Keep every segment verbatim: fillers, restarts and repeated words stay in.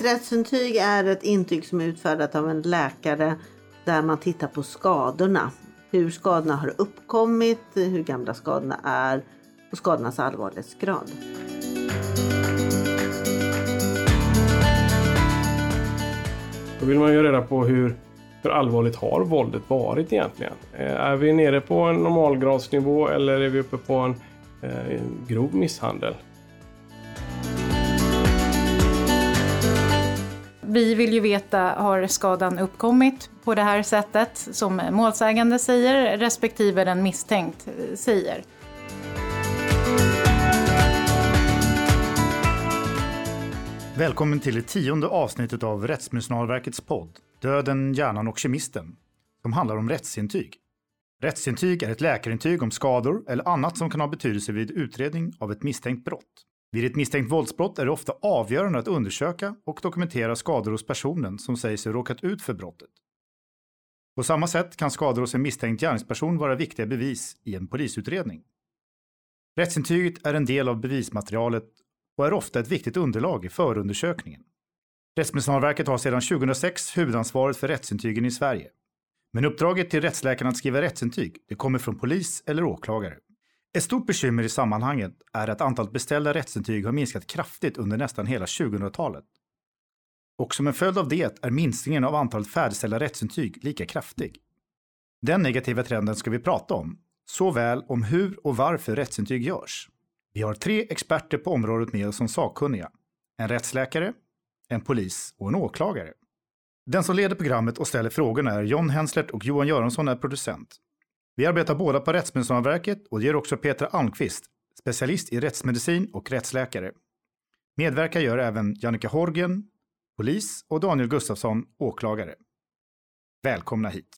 Ett rättsintyg är ett intyg som är utfärdat av en läkare där man tittar på skadorna. Hur skadorna har uppkommit, hur gamla skadorna är och skadornas allvarlighetsgrad. Då vill man ju reda på hur, hur allvarligt har våldet varit egentligen. Är vi nere på en normalgradsnivå eller är vi uppe på en eh, grov misshandel? Vi vill ju veta, har skadan uppkommit på det här sättet som målsägande säger respektive den misstänkt säger. Välkommen till det tionde avsnittet av Rättsmedicinalverkets podd Döden, hjärnan och kemisten som handlar om rättsintyg. Rättsintyg är ett läkarintyg om skador eller annat som kan ha betydelse vid utredning av ett misstänkt brott. Vid ett misstänkt våldsbrott är det ofta avgörande att undersöka och dokumentera skador hos personen som säger sig råkat ut för brottet. På samma sätt kan skador hos en misstänkt gärningsperson vara viktiga bevis i en polisutredning. Rättsintyget är en del av bevismaterialet och är ofta ett viktigt underlag i förundersökningen. Rättsmedicinalverket har sedan tjugohundrasex huvudansvaret för rättsintygen i Sverige. Men uppdraget till rättsläkarna att skriva rättsintyg det kommer från polis eller åklagare. Ett stort bekymmer i sammanhanget är att antalet beställda rättsintyg har minskat kraftigt under nästan hela tjugohundratalet. Och som en följd av det är minskningen av antalet färdigställda rättsintyg lika kraftig. Den negativa trenden ska vi prata om, såväl om hur och varför rättsintyg görs. Vi har tre experter på området med oss som sakkunniga. En rättsläkare, en polis och en åklagare. Den som leder programmet och ställer frågorna är John Henslert och Johan Göransson är producent. Vi arbetar båda på Rättsmedicinalverket och ger också Petra Almqvist, specialist i rättsmedicin och rättsläkare. Medverkar gör även Jannica Horgen, polis och Daniel Gustafsson, åklagare. Välkomna hit.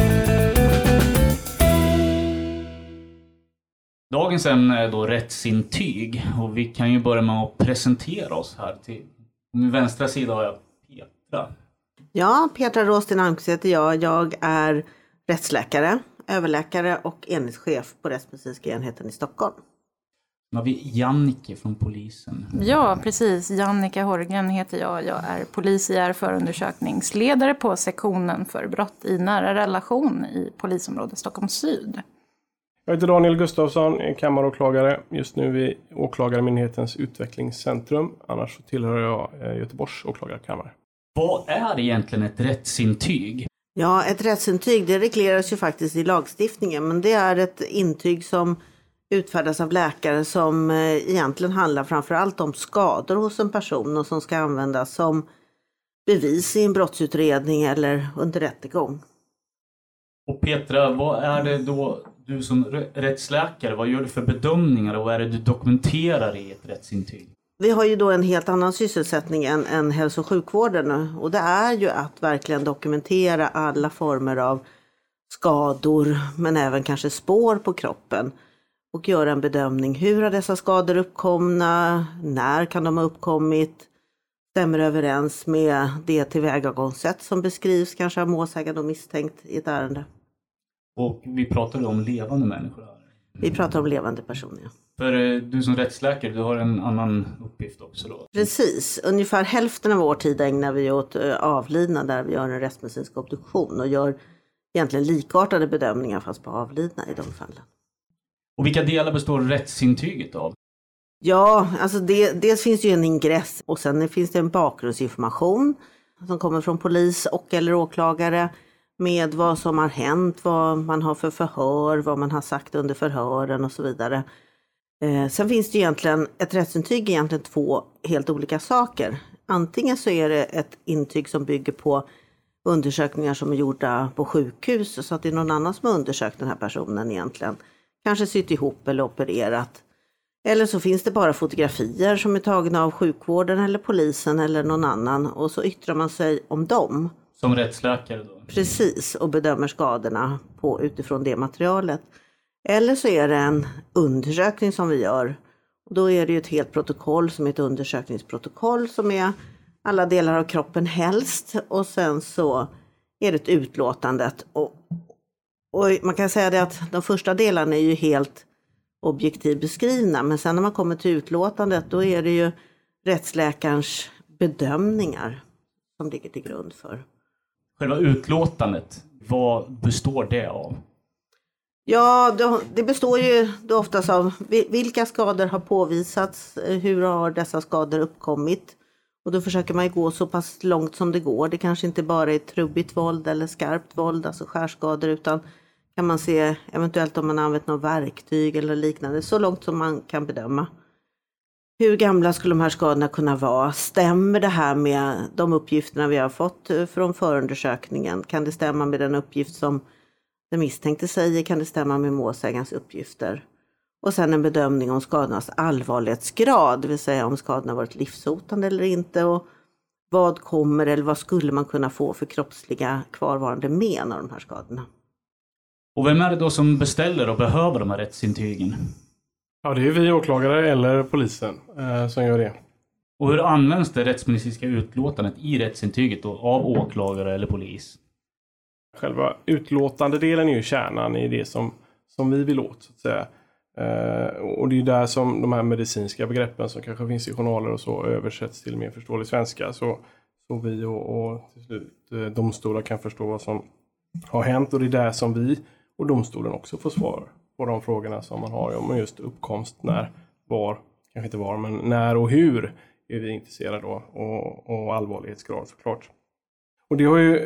Dagens ämne är då rättsintyg och vi kan ju börja med att presentera oss här. Till min vänstra sida har jag Petra. Ja, Petra Råsten Almqvist heter jag. Jag är rättsläkare, överläkare och enhetschef på rättsmedicinska enheten i Stockholm. Nu har vi Jannica från polisen. Ja, precis. Jannica Horgen heter jag. Jag är polisiär förundersökningsledare på sektionen för brott i nära relation i polisområdet Stockholm Syd. Jag heter Daniel Gustafsson, kammaråklagare, just nu i Åklagarmyndighetens utvecklingscentrum. Annars så tillhör jag Göteborgs åklagarkammare. Vad är egentligen ett rättsintyg? Ja, ett rättsintyg det regleras ju faktiskt i lagstiftningen, men det är ett intyg som utfärdas av läkare som egentligen handlar framförallt om skador hos en person och som ska användas som bevis i en brottsutredning eller under rättegång. Och Petra, vad är det då du som rättsläkare, vad gör du för bedömningar och vad är det du dokumenterar i ett rättsintyg? Vi har ju då en helt annan sysselsättning än, än hälso- och sjukvården och det är ju att verkligen dokumentera alla former av skador men även kanske spår på kroppen och göra en bedömning. Hur har dessa skador uppkomna? När kan de ha uppkommit? Stämmer överens med det tillvägagångssätt som beskrivs kanske av målsägande och misstänkt i ett ärende. Och vi pratar om levande människor här. Vi pratar om levande personer. För du som rättsläkare, du har en annan uppgift också då? Precis. Ungefär hälften av vår tid ägnar vi åt avlidna där vi gör en rättsmedicinsk obduktion och gör egentligen likartade bedömningar fast på avlidna i de fallen. Och vilka delar består rättsintyget av? Ja, alltså det, dels finns det ju en ingress och sen finns det en bakgrundsinformation som kommer från polis och eller åklagare med vad som har hänt, vad man har för förhör, vad man har sagt under förhören och så vidare. Eh, sen finns det egentligen, ett rättsintyg är egentligen två helt olika saker. Antingen så är det ett intyg som bygger på undersökningar som är gjorda på sjukhus så att det är någon annan som har undersökt den här personen egentligen. Kanske sytt ihop eller opererat. Eller så finns det bara fotografier som är tagna av sjukvården eller polisen eller någon annan och så yttrar man sig om dem. Som rättsläkare då? Precis, och bedömer skadorna på, utifrån det materialet. Eller så är det en undersökning som vi gör. Och då är det ju ett helt protokoll som är ett undersökningsprotokoll som är alla delar av kroppen helst. Och sen så är det ett utlåtandet. Och, och man kan säga det att de första delarna är ju helt objektivt beskrivna. Men sen när man kommer till utlåtandet då är det ju rättsläkarens bedömningar som ligger till grund för. Själva utlåtandet, vad består det av? Ja, det består ju då oftast av vilka skador har påvisats, hur har dessa skador uppkommit. Och då försöker man ju gå så pass långt som det går. Det kanske inte bara är trubbigt våld eller skarpt våld, alltså skärskador, utan kan man se eventuellt om man har använt något verktyg eller liknande, så långt som man kan bedöma. Hur gamla skulle de här skadorna kunna vara? Stämmer det här med de uppgifterna vi har fått från förundersökningen? Kan det stämma med den uppgift som den misstänkte säger? Kan det stämma med målsägarens uppgifter? Och sen en bedömning om skadornas allvarlighetsgrad, det vill säga om skadorna varit livshotande eller inte. Och vad kommer eller vad skulle man kunna få för kroppsliga kvarvarande men av de här skadorna? Och vem är det då som beställer och behöver de här rättsintygen? Ja, det är vi åklagare eller polisen eh, som gör det. Och hur används det rättsmedicinska utlåtandet i rättsintyget då, av åklagare eller polis? Själva utlåtande delen är ju kärnan i det som, som vi vill åt, så att säga. Eh, och det är där som de här medicinska begreppen som kanske finns i journaler och så översätts till mer förståelig svenska. Så, så vi och, och till slut eh, domstolar kan förstå vad som har hänt. Och det är där som vi och domstolen också får svar på de frågorna som man har om just uppkomst, när, var, kanske inte var, men när och hur är vi intresserade då, och, och allvarlighetsgrad såklart. Och det har ju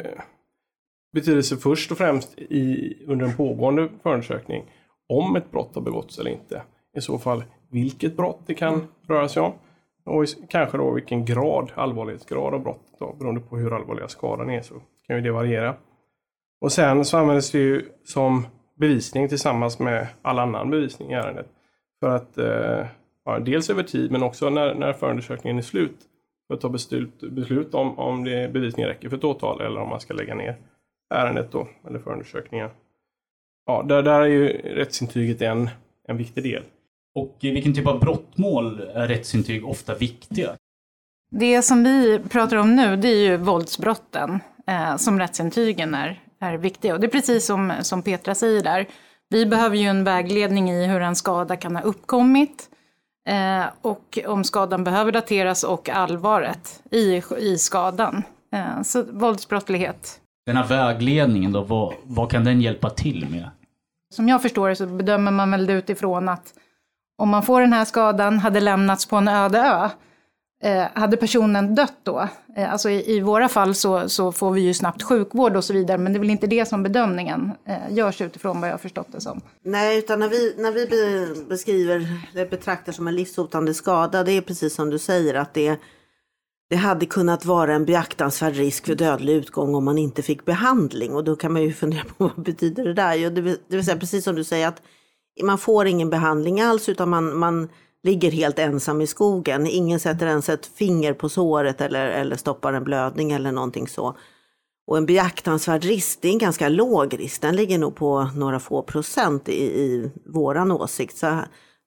betydelse först och främst i, under en pågående förundersökning om ett brott har begåtts eller inte. I så fall vilket brott det kan röra sig om, och kanske då vilken grad, allvarlighetsgrad av brottet då, beroende på hur allvarliga skadan är, så kan ju det variera. Och sen så används det ju som bevisning tillsammans med all annan bevisning i ärendet. För att eh, ja, dels över tid men också när, när förundersökningen är slut. För att ta beslut, beslut om, om det bevisningen räcker för ett åtal eller om man ska lägga ner ärendet då, eller förundersökningen. Ja, där, där är ju rättsintyget en, en viktig del. Och i vilken typ av brottmål är rättsintyg ofta viktiga? Det som vi pratar om nu, det är ju våldsbrotten eh, som rättsintygen är, är viktiga. Och det är precis som, som Petra säger där. Vi behöver ju en vägledning i hur en skada kan ha uppkommit. Eh, och om skadan behöver dateras och allvaret i, i skadan. Eh, så våldsbrottslighet. Den här vägledningen då, vad, vad kan den hjälpa till med? Som jag förstår det så bedömer man väl det utifrån att om man får den här skadan, hade lämnats på en öde ö. Eh, hade personen dött då? Eh, alltså i, i våra fall så, så får vi ju snabbt sjukvård och så vidare. Men det är väl inte det som bedömningen eh, görs utifrån vad jag har förstått det som. Nej, utan när vi, när vi be, beskriver det betraktar som en livshotande skada, det är precis som du säger att det, det hade kunnat vara en beaktansvärd risk för dödlig utgång om man inte fick behandling. Och då kan man ju fundera på vad betyder det där? Det vill, det vill säga precis som du säger att man får ingen behandling alls utan man... man ligger helt ensam i skogen. Ingen sätter ens ett finger på såret eller, eller stoppar en blödning eller någonting så. Och en beaktansvärd risk, det är en ganska låg risk. Den ligger nog på några få procent i, i våran åsikt. Så,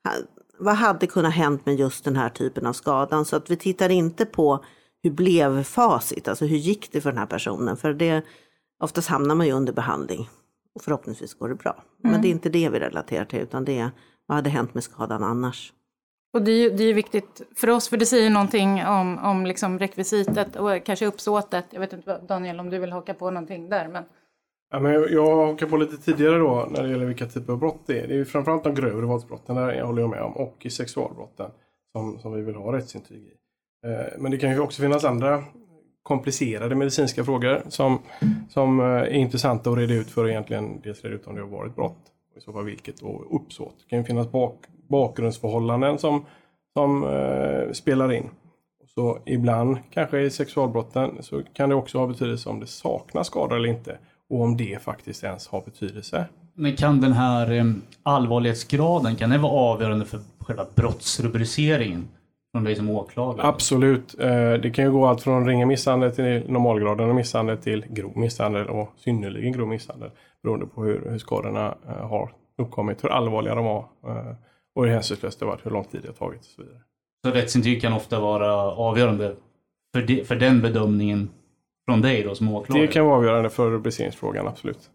vad hade kunnat hänt med just den här typen av skadan? Så att vi tittar inte på hur blev facit, alltså hur gick det för den här personen? För det, oftast hamnar man ju under behandling och förhoppningsvis går det bra. Mm. Men det är inte det vi relaterar till utan det är vad hade hänt med skadan annars? Och det är ju det är viktigt för oss, för det säger någonting om, om liksom rekvisitet och kanske uppsåtet. Jag vet inte, Daniel, om du vill haka på någonting där. Men... Ja, men jag, jag hakar på lite tidigare då när det gäller vilka typer av brott det är. Det är ju framförallt de grövre våldsbrotten, där jag håller med om, och i sexualbrotten som, som vi vill ha rättsintyg i. Eh, men det kan ju också finnas andra komplicerade medicinska frågor som, som är intressanta att reda ut för egentligen dels reda ut om det har varit brott. I så fall vilket och uppsåt. Det kan finnas bak, bakgrundsförhållanden som, som eh, spelar in. Så ibland, kanske i sexualbrotten, så kan det också ha betydelse om det saknas skador eller inte. Och om det faktiskt ens har betydelse. Men kan den här eh, allvarlighetsgraden, kan det vara avgörande för själva brottsrubriceringen från dig som åklagare? Absolut. Eh, det kan ju gå allt från ringa misshandel till normalgraden av misshandel till grov misshandel och synnerligen grov misshandel. Beroende på hur, hur skadorna eh, har uppkommit, hur allvarliga de var eh, och hur hänsynslöst det varit, hur lång tid det har tagit och så vidare. Så rättsintyg kan ofta vara avgörande för, de, för den bedömningen från dig då som åklagare? Det kan vara avgörande för rubriceringsfrågan, absolut.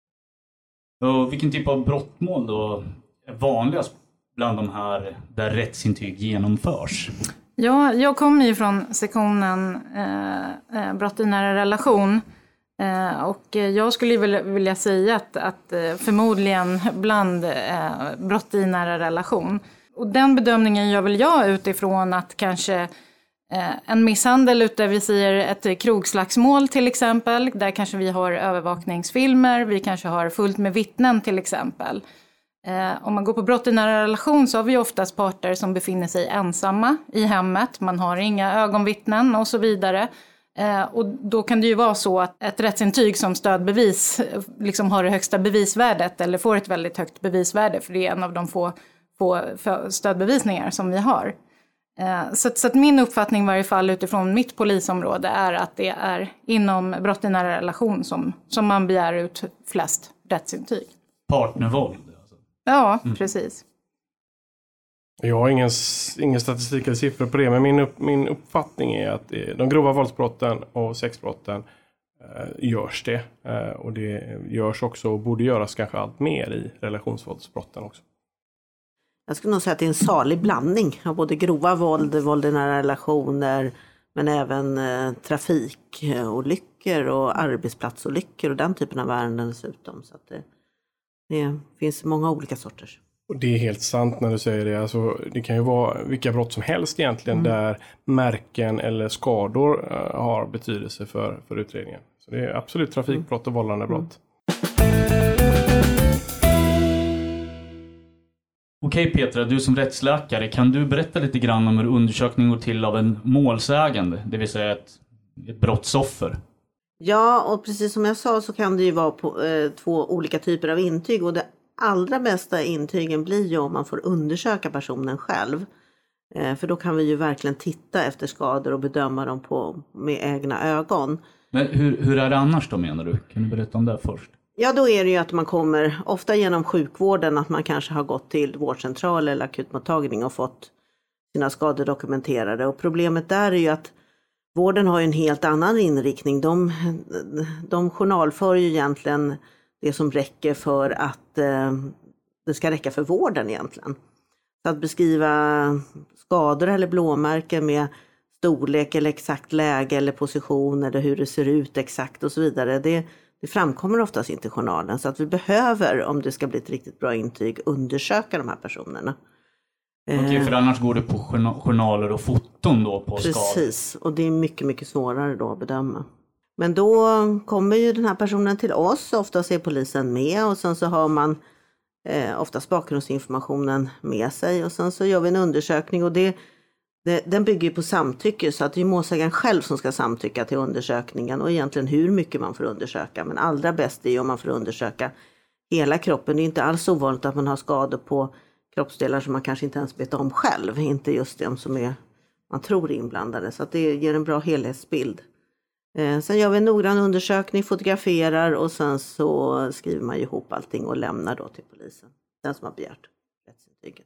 Och vilken typ av brottmål då är vanligast bland de här där rättsintyg genomförs? Ja, jag kommer ju från sektionen eh, brott i nära relation. Eh, och jag skulle vilja, vilja säga att, att eh, förmodligen bland eh, brott i nära relation. Och den bedömningen gör väl jag utifrån att kanske eh, en misshandel ute, vi säger ett krogslagsmål till exempel. Där kanske vi har övervakningsfilmer, vi kanske har fullt med vittnen till exempel. Eh, om man går på brott i nära relation så har vi oftast parter som befinner sig ensamma i hemmet. Man har inga ögonvittnen och så vidare. Eh, och då kan det ju vara så att ett rättsintyg som stödbevis liksom har det högsta bevisvärdet eller får ett väldigt högt bevisvärde, för det är en av de få, få stödbevisningar som vi har. Eh, så, så att min uppfattning i varje fall utifrån mitt polisområde är att det är inom brott i nära relation som, som man begär ut flest rättsintyg. Partnervåld? Alltså. Ja, mm. precis. Jag har ingen, ingen statistik eller siffror på det, men min, upp, min uppfattning är att det, de grova våldsbrotten och sexbrotten eh, görs det. Eh, och det görs också och borde göras kanske allt mer i relationsvåldsbrotten också. Jag skulle nog säga att det är en salig blandning av både grova våld, våld i nära relationer, men även eh, trafikolyckor och arbetsplatsolyckor och den typen av ärenden dessutom. Så att det, det finns många olika sorters. Och det är helt sant när du säger det. Alltså, det kan ju vara vilka brott som helst egentligen mm. där märken eller skador uh, har betydelse för, för utredningen. Så det är absolut trafikbrott och vållande brott. Mm. Okej Petra, du som rättsläkare, kan du berätta lite grann om hur undersökning går till av en målsägande, det vill säga ett, ett brottsoffer? Ja, och precis som jag sa så kan det ju vara på, eh, två olika typer av intyg, och det allra bästa intygen blir ju om man får undersöka personen själv. Eh, för då kan vi ju verkligen titta efter skador och bedöma dem på, med egna ögon. Men hur, hur är det annars då, menar du? Kan du berätta om det först? Ja, då är det ju att man kommer, ofta genom sjukvården, att man kanske har gått till vårdcentral eller akutmottagning och fått sina skador dokumenterade. Och problemet där är ju att vården har ju en helt annan inriktning. De, de journalför ju egentligen det som räcker för att eh, det ska räcka för vården egentligen. Så att beskriva skador eller blåmärken med storlek eller exakt läge eller position eller hur det ser ut exakt och så vidare. Det, det framkommer oftast inte i journalen. Så att vi behöver, om det ska bli ett riktigt bra intyg, undersöka de här personerna. Okej, för annars går det på journaler och foton då på skador. Precis, och det är mycket, mycket svårare då att bedöma. Men då kommer ju den här personen till oss, oftast är polisen med och sen så har man eh, oftast bakgrundsinformationen med sig och sen så gör vi en undersökning och det, det, den bygger på samtycke, så att det är målsägaren själv som ska samtycka till undersökningen och egentligen hur mycket man får undersöka. Men allra bäst är ju om man får undersöka hela kroppen. Det är inte alls ovanligt att man har skador på kroppsdelar som man kanske inte ens vet om själv, inte just de som är, man tror är inblandade, så att det ger en bra helhetsbild. Eh, sen gör vi en noggrann undersökning, fotograferar och sen så skriver man ihop allting och lämnar då till polisen, den som har begärt rättsintyget.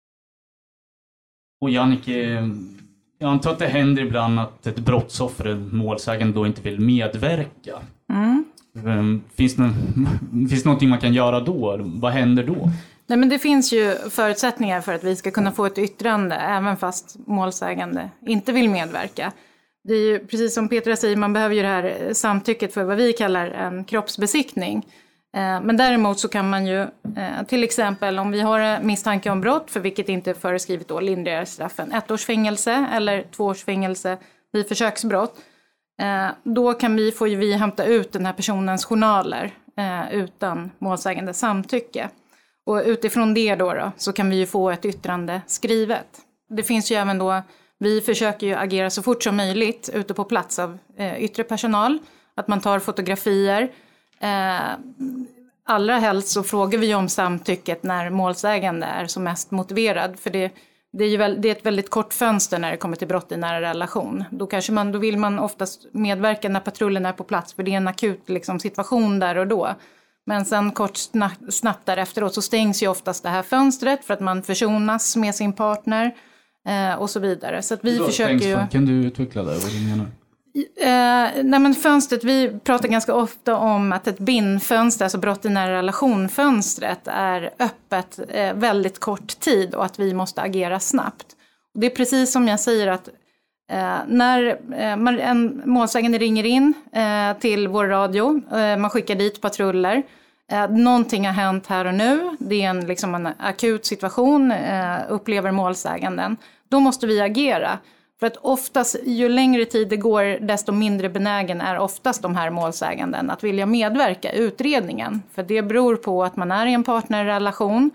Och Jannike, jag antar att det händer ibland att ett brottsoffer, en målsägande, då inte vill medverka. Mm. Finns det, finns det någonting man kan göra då? Vad händer då? Nej, men det finns ju förutsättningar för att vi ska kunna få ett yttrande även fast målsägande inte vill medverka. Det är ju precis som Petra säger, man behöver ju det här samtycket för vad vi kallar en kroppsbesiktning. Men däremot så kan man ju till exempel om vi har misstanke om brott för vilket inte är föreskrivet då lindrigare straffen ett års fängelse eller två års fängelse vid försöksbrott. Då kan vi, får ju vi hämta ut den här personens journaler utan målsägande samtycke. Och utifrån det då, då så kan vi ju få ett yttrande skrivet. Det finns ju även då, vi försöker ju agera så fort som möjligt ute på plats av eh, yttre personal. Att man tar fotografier. Eh, allra helst så frågar vi om samtycket när målsägande är som mest motiverad. För det, det är ju väl, det är ett väldigt kort fönster när det kommer till brott i nära relation. Då, kanske man, då vill man oftast medverka när patrullen är på plats. För det är en akut liksom, situation där och då. Men sen kort snabbt därefteråt så stängs ju oftast det här fönstret för att man försonas med sin partner eh, och så vidare. Så att vi Då, försöker ju... Kan du utveckla det? Vad du menar? Eh, nej men fönstret, vi pratar ganska ofta om att ett bindfönster, alltså brott i nära relation-fönstret är öppet eh, väldigt kort tid och att vi måste agera snabbt. Det är precis som jag säger att eh, när eh, en målsägande ringer in eh, till vår radio, eh, man skickar dit patruller. Eh, någonting har hänt här och nu, det är en, liksom en akut situation, eh, upplever målsäganden. Då måste vi agera. För att oftast, ju längre tid det går, desto mindre benägen är oftast de här målsäganden att vilja medverka i utredningen. För det beror på att man är i en partnerrelation.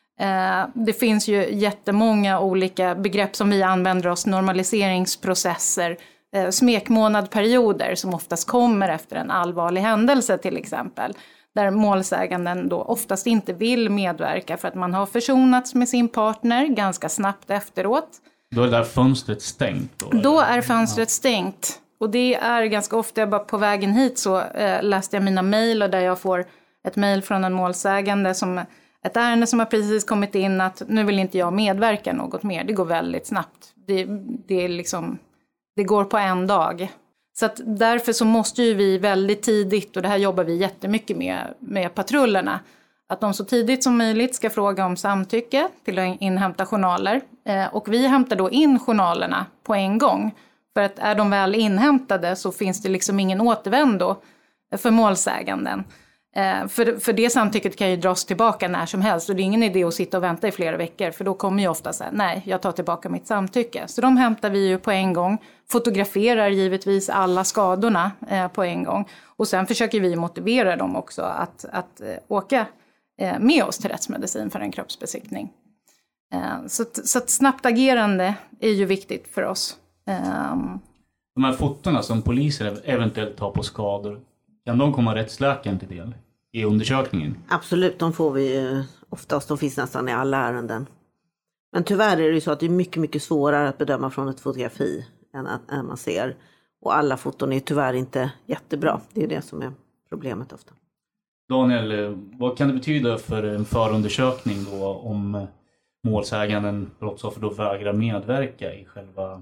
Eh, det finns ju jättemånga olika begrepp som vi använder oss, normaliseringsprocesser, eh, smekmånadperioder som oftast kommer efter en allvarlig händelse till exempel. Där målsäganden då oftast inte vill medverka för att man har försonats med sin partner ganska snabbt efteråt. Då är det där fönstret stängt? Då, då är fönstret stängt. Och det är ganska ofta, bara på vägen hit så eh, läste jag mina mejl och där jag får ett mejl från en målsägande som ett ärende som har precis kommit in att nu vill inte jag medverka något mer. Det går väldigt snabbt. Det, det, är liksom, det går på en dag. Så att därför så måste ju vi väldigt tidigt, och det här jobbar vi jättemycket med, med patrullerna, att de så tidigt som möjligt ska fråga om samtycke till att inhämta journaler. Eh, och vi hämtar då in journalerna på en gång. För att är de väl inhämtade så finns det liksom ingen återvändo för målsäganden. Eh, för, för det samtycket kan ju dras tillbaka när som helst. Och det är ingen idé att sitta och vänta i flera veckor. För då kommer ju ofta säga, nej, jag tar tillbaka mitt samtycke. Så de hämtar vi ju på en gång. Fotograferar givetvis alla skadorna eh, på en gång. Och sen försöker vi motivera dem också att, att eh, åka eh, med oss till rättsmedicin för en kroppsbesiktning. Eh, så, så att snabbt agerande är ju viktigt för oss. Eh, De här fotona som poliser eventuellt tar på skador, kan de komma rättsläkaren till del i undersökningen? Absolut, de får vi ju oftast. De finns nästan i alla ärenden. Men tyvärr är det ju så att det är mycket, mycket svårare att bedöma från ett fotografi än att än man ser. Och alla foton är tyvärr inte jättebra. Det är det som är problemet ofta. Daniel, vad kan det betyda för en förundersökning då om målsäganden, brottsoffer, då vägrar medverka i själva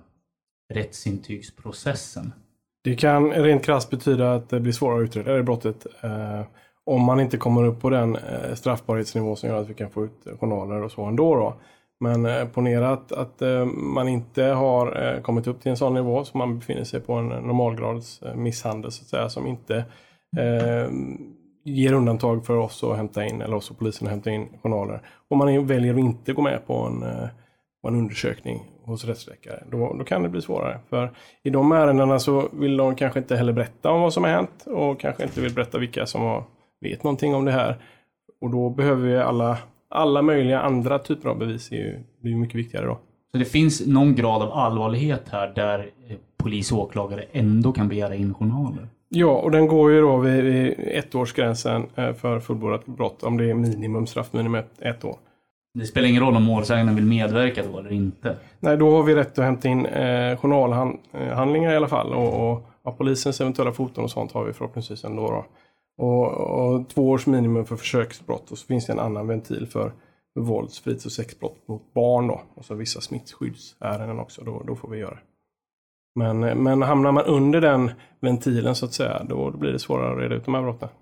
rättsintygsprocessen? Det kan rent krasst betyda att det blir svårare att utreda det brottet eh, om man inte kommer upp på den eh, straffbarhetsnivå som gör att vi kan få ut journaler och så ändå då. Men eh, ponera att, att eh, man inte har eh, kommit upp till en sån nivå som man befinner sig på en normalgrads eh, misshandel så att säga, som inte eh, ger undantag för oss att hämta in, eller oss och polisen att hämta in journaler. Om man väljer att inte gå med på en, eh, på en undersökning hos rättsläkare, då, då kan det bli svårare. För i de ärendena så vill de kanske inte heller berätta om vad som har hänt och kanske inte vill berätta vilka som har, vet någonting om det här. Och då behöver vi alla, alla möjliga andra typer av bevis, är ju, blir mycket viktigare då. Så det finns någon grad av allvarlighet här där polis och åklagare ändå kan begära in journaler? Ja, och den går ju då vid, vid ettårsgränsen för fullbordat brott, om det är minimum, straffminimum ett, ett år. Det spelar ingen roll om målsäganden vill medverka då eller inte? Nej, då har vi rätt att hämta in eh, journalhandlingar i alla fall. Och, och ja, polisens eventuella foton och sånt har vi förhoppningsvis ändå då. Och, och två års minimum för försöksbrott. Och så finns det en annan ventil för vålds-, fritids- och sexbrott mot barn då. Och så vissa smittskyddsärenden också, då, då får vi göra. Men, men hamnar man under den ventilen så att säga, då, då blir det svårare att reda ut de här brotten.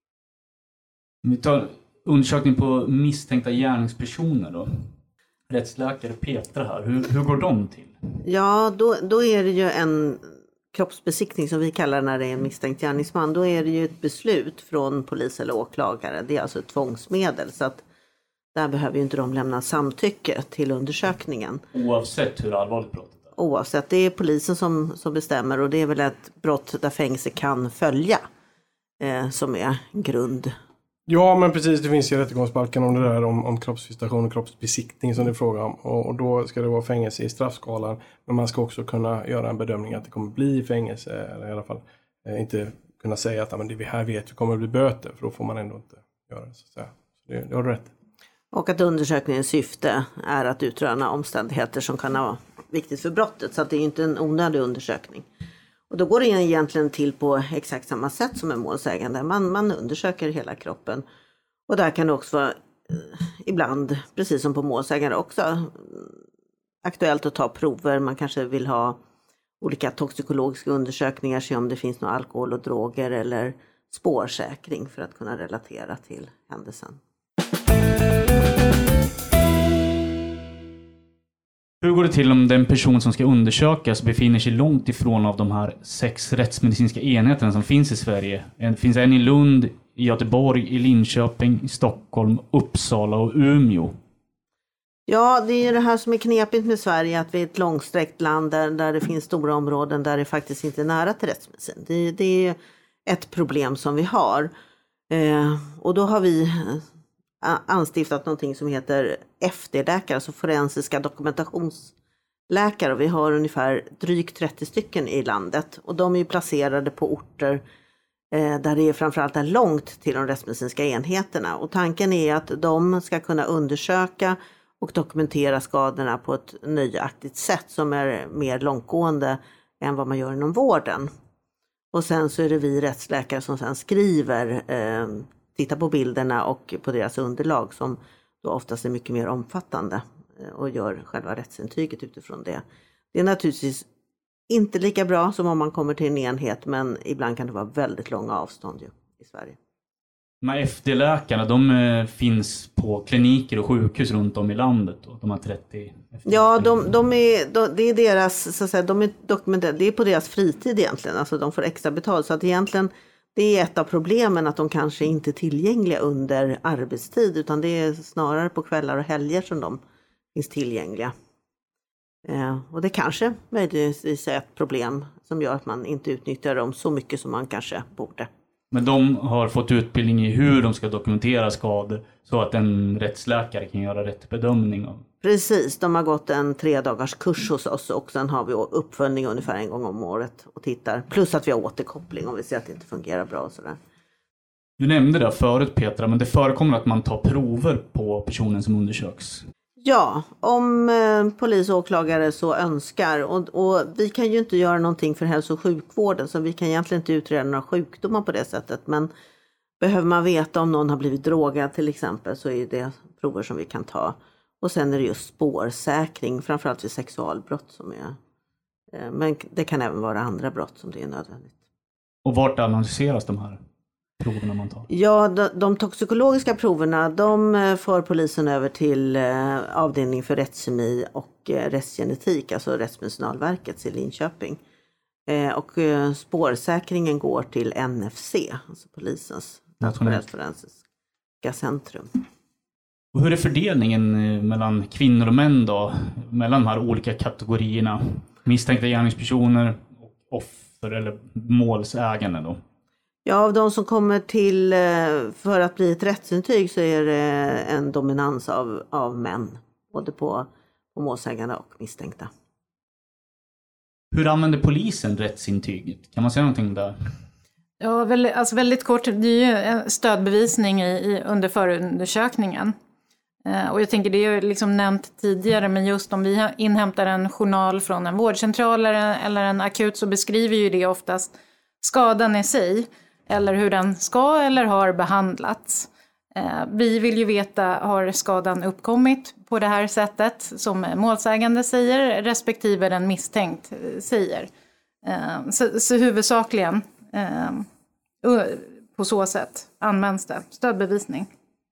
Vi tar undersökning på misstänkta gärningspersoner då. Rättsläkare Petra här, hur, hur går de till? Ja, då, då är det ju en kroppsbesiktning som vi kallar när det är en misstänkt gärningsman. Då är det ju ett beslut från polis eller åklagare. Det är alltså ett tvångsmedel, så att där behöver ju inte de lämna samtycke till undersökningen. Oavsett hur allvarligt brottet är? Oavsett, det är polisen som, som bestämmer, och det är väl ett brott där fängelse kan följa eh, som är grund. Ja, men precis, det finns ju rättegångsbalken om det där om, om kroppsvisitation och kroppsbesiktning som det är fråga om. Och, och då ska det vara fängelse i straffskalan. Men man ska också kunna göra en bedömning att det kommer bli fängelse. Eller i alla fall eh, inte kunna säga att men det vi här vet vi kommer att bli böter. För då får man ändå inte göra det. Så, så det, det har du rätt. Och att undersökningens syfte är att utröna omständigheter som kan vara viktigt för brottet. Så att det är inte en onödig undersökning. Och då går det egentligen till på exakt samma sätt som en målsägande. Man, man undersöker hela kroppen. Och där kan det också vara eh, ibland, precis som på målsägande också, aktuellt att ta prover. Man kanske vill ha olika toxikologiska undersökningar, se om det finns något alkohol och droger eller spårsäkring för att kunna relatera till händelsen. Hur går det till om den person som ska undersökas befinner sig långt ifrån av de här sex rättsmedicinska enheterna som finns i Sverige? Det finns en i Lund, i Göteborg, i Linköping, i Stockholm, Uppsala och Umeå. Ja, det är ju det här som är knepigt med Sverige, att vi är ett långsträckt land där, där det finns stora områden där det faktiskt inte är nära till rättsmedicin. Det, det är ett problem som vi har. Eh, och då har vi anstiftat någonting som heter F D-läkare, alltså forensiska dokumentationsläkare. Och vi har ungefär drygt trettio stycken i landet. Och de är ju placerade på orter eh, där det är framförallt är långt till de rättsmedicinska enheterna. Och tanken är att de ska kunna undersöka och dokumentera skadorna på ett nöjaktigt sätt som är mer långtgående än vad man gör inom vården. Och sen så är det vi rättsläkare som sen skriver, eh, tittar på bilderna och på deras underlag som då oftast är mycket mer omfattande eh, och gör själva rättsintyget utifrån det. Det är naturligtvis inte lika bra som om man kommer till en enhet, men ibland kan det vara väldigt långa avstånd ju, i Sverige. De här F D-läkarna, de eh, finns på kliniker och sjukhus runt om i landet då, de här trettio F D-läkarna. Ja, de, de är, de, det är deras, så att säga, de är dokumenterade, det är på deras fritid egentligen, alltså de får extra betalt, så att egentligen det är ett av problemen att de kanske inte är tillgängliga under arbetstid, utan det är snarare på kvällar och helger som de finns tillgängliga. Eh, och det kanske möjligtvis är ett problem som gör att man inte utnyttjar dem så mycket som man kanske borde. Men de har fått utbildning i hur de ska dokumentera skador så att en rättsläkare kan göra rätt bedömning av. Precis, de har gått en tre dagars kurs hos oss och sen har vi uppföljning ungefär en gång om året och tittar. Plus att vi har återkoppling om vi ser att det inte fungerar bra och sådär. Du nämnde det förut Petra, men det förekommer att man tar prover på personen som undersöks. Ja, om eh, polis och åklagare så önskar. Och, och vi kan ju inte göra någonting för hälso- och sjukvården, så vi kan egentligen inte utreda några sjukdomar på det sättet. Men behöver man veta om någon har blivit drogad till exempel, så är det prover som vi kan ta. Och sen är det just spårsäkring, framförallt vid sexualbrott som är. Eh, men det kan även vara andra brott som det är nödvändigt. Och vart analyseras de här proverna man tar? Ja, de, de toxikologiska proverna, de för polisen över till eh, avdelning för rättskemi och eh, rättsgenetik, alltså Rättsmedicinalverket i Linköping. Eh, och eh, spårsäkringen går till N F C, alltså polisens nationellt forensiska centrum. Och hur är fördelningen eh, mellan kvinnor och män då? Mellan de här olika kategorierna? Misstänkta gärningspersoner och offer eller målsägande då? Ja, av de som kommer till för att bli ett rättsintyg så är det en dominans av, av män. Både på, på målsägande och misstänkta. Hur använder polisen rättsintyget? Kan man säga någonting där? Ja, väldigt, alltså väldigt kort. Det är ju en stödbevisning i, i, under förundersökningen. Eh, och jag tänker det är liksom nämnt tidigare, men just om vi inhämtar en journal från en vårdcentral eller, eller en akut så beskriver ju det oftast skadan i sig. Eller hur den ska eller har behandlats. Eh, vi vill ju veta, har skadan uppkommit på det här sättet som målsägande säger respektive den misstänkt säger. Eh, så, så huvudsakligen eh, på så sätt används det. Stödbevisning.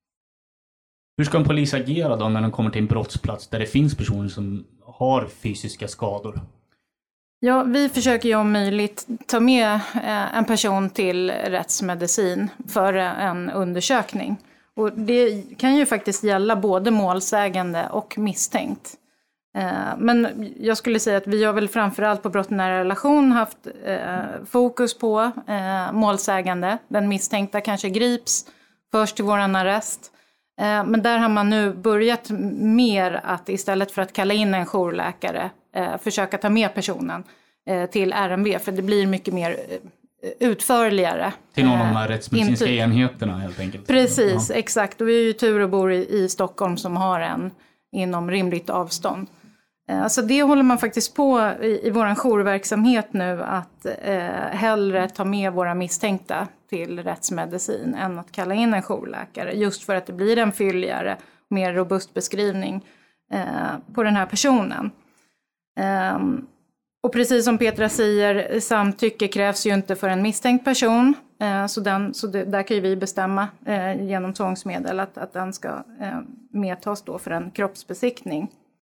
Hur ska en polis agera då när den kommer till en brottsplats där det finns personer som har fysiska skador? Ja, vi försöker ju om möjligt ta med en person till rättsmedicin för en undersökning. Och det kan ju faktiskt gälla både målsägande och misstänkt. Men jag skulle säga att vi har väl framförallt på brott i nära relation haft fokus på målsägande. Den misstänkta kanske grips först till våran arrest. Men där har man nu börjat mer att istället för att kalla in en jourläkare eh, försöka ta med personen eh, till R M V, för det blir mycket mer eh, utförligare. Till någon av de här rättsmedicinska intyg. Enheterna helt enkelt. Precis, ja. Exakt. Och vi är ju tur och bor i, i Stockholm som har en inom rimligt avstånd. Eh, så det håller man faktiskt på i, i vår jourverksamhet nu, att eh, hellre ta med våra misstänkta till rättsmedicin än att kalla in en jourläkare. Just för att det blir en fylligare, mer robust beskrivning eh, på den här personen. Eh, och precis som Petra säger, samtycke krävs ju inte för en misstänkt person. Eh, så den, så det, där kan ju vi bestämma eh, genom tvångsmedel att, att den ska eh, medtas då för en kroppsbesiktning.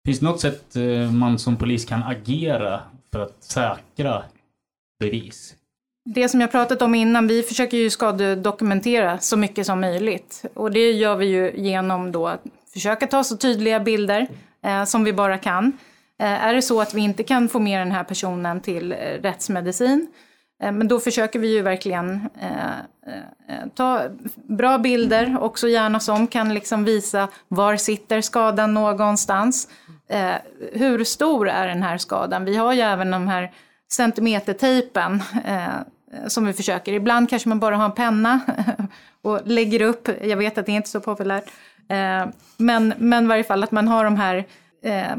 Finns det något sätt man som polis kan agera för att säkra bevis? Det som jag pratat om innan, vi försöker ju skadedokumentera så mycket som möjligt. Och det gör vi ju genom då att försöka ta så tydliga bilder eh, som vi bara kan. Eh, är det så att vi inte kan få med den här personen till eh, rättsmedicin, eh, men då försöker vi ju verkligen eh, eh, ta bra bilder, också gärna som kan liksom visa var sitter skadan någonstans. Eh, hur stor är den här skadan? Vi har ju även de här centimetertejpen eh, som vi försöker. Ibland kanske man bara har en penna och lägger upp. Jag vet att det är inte så populärt. Eh, men, men i varje fall att man har de här... Eh,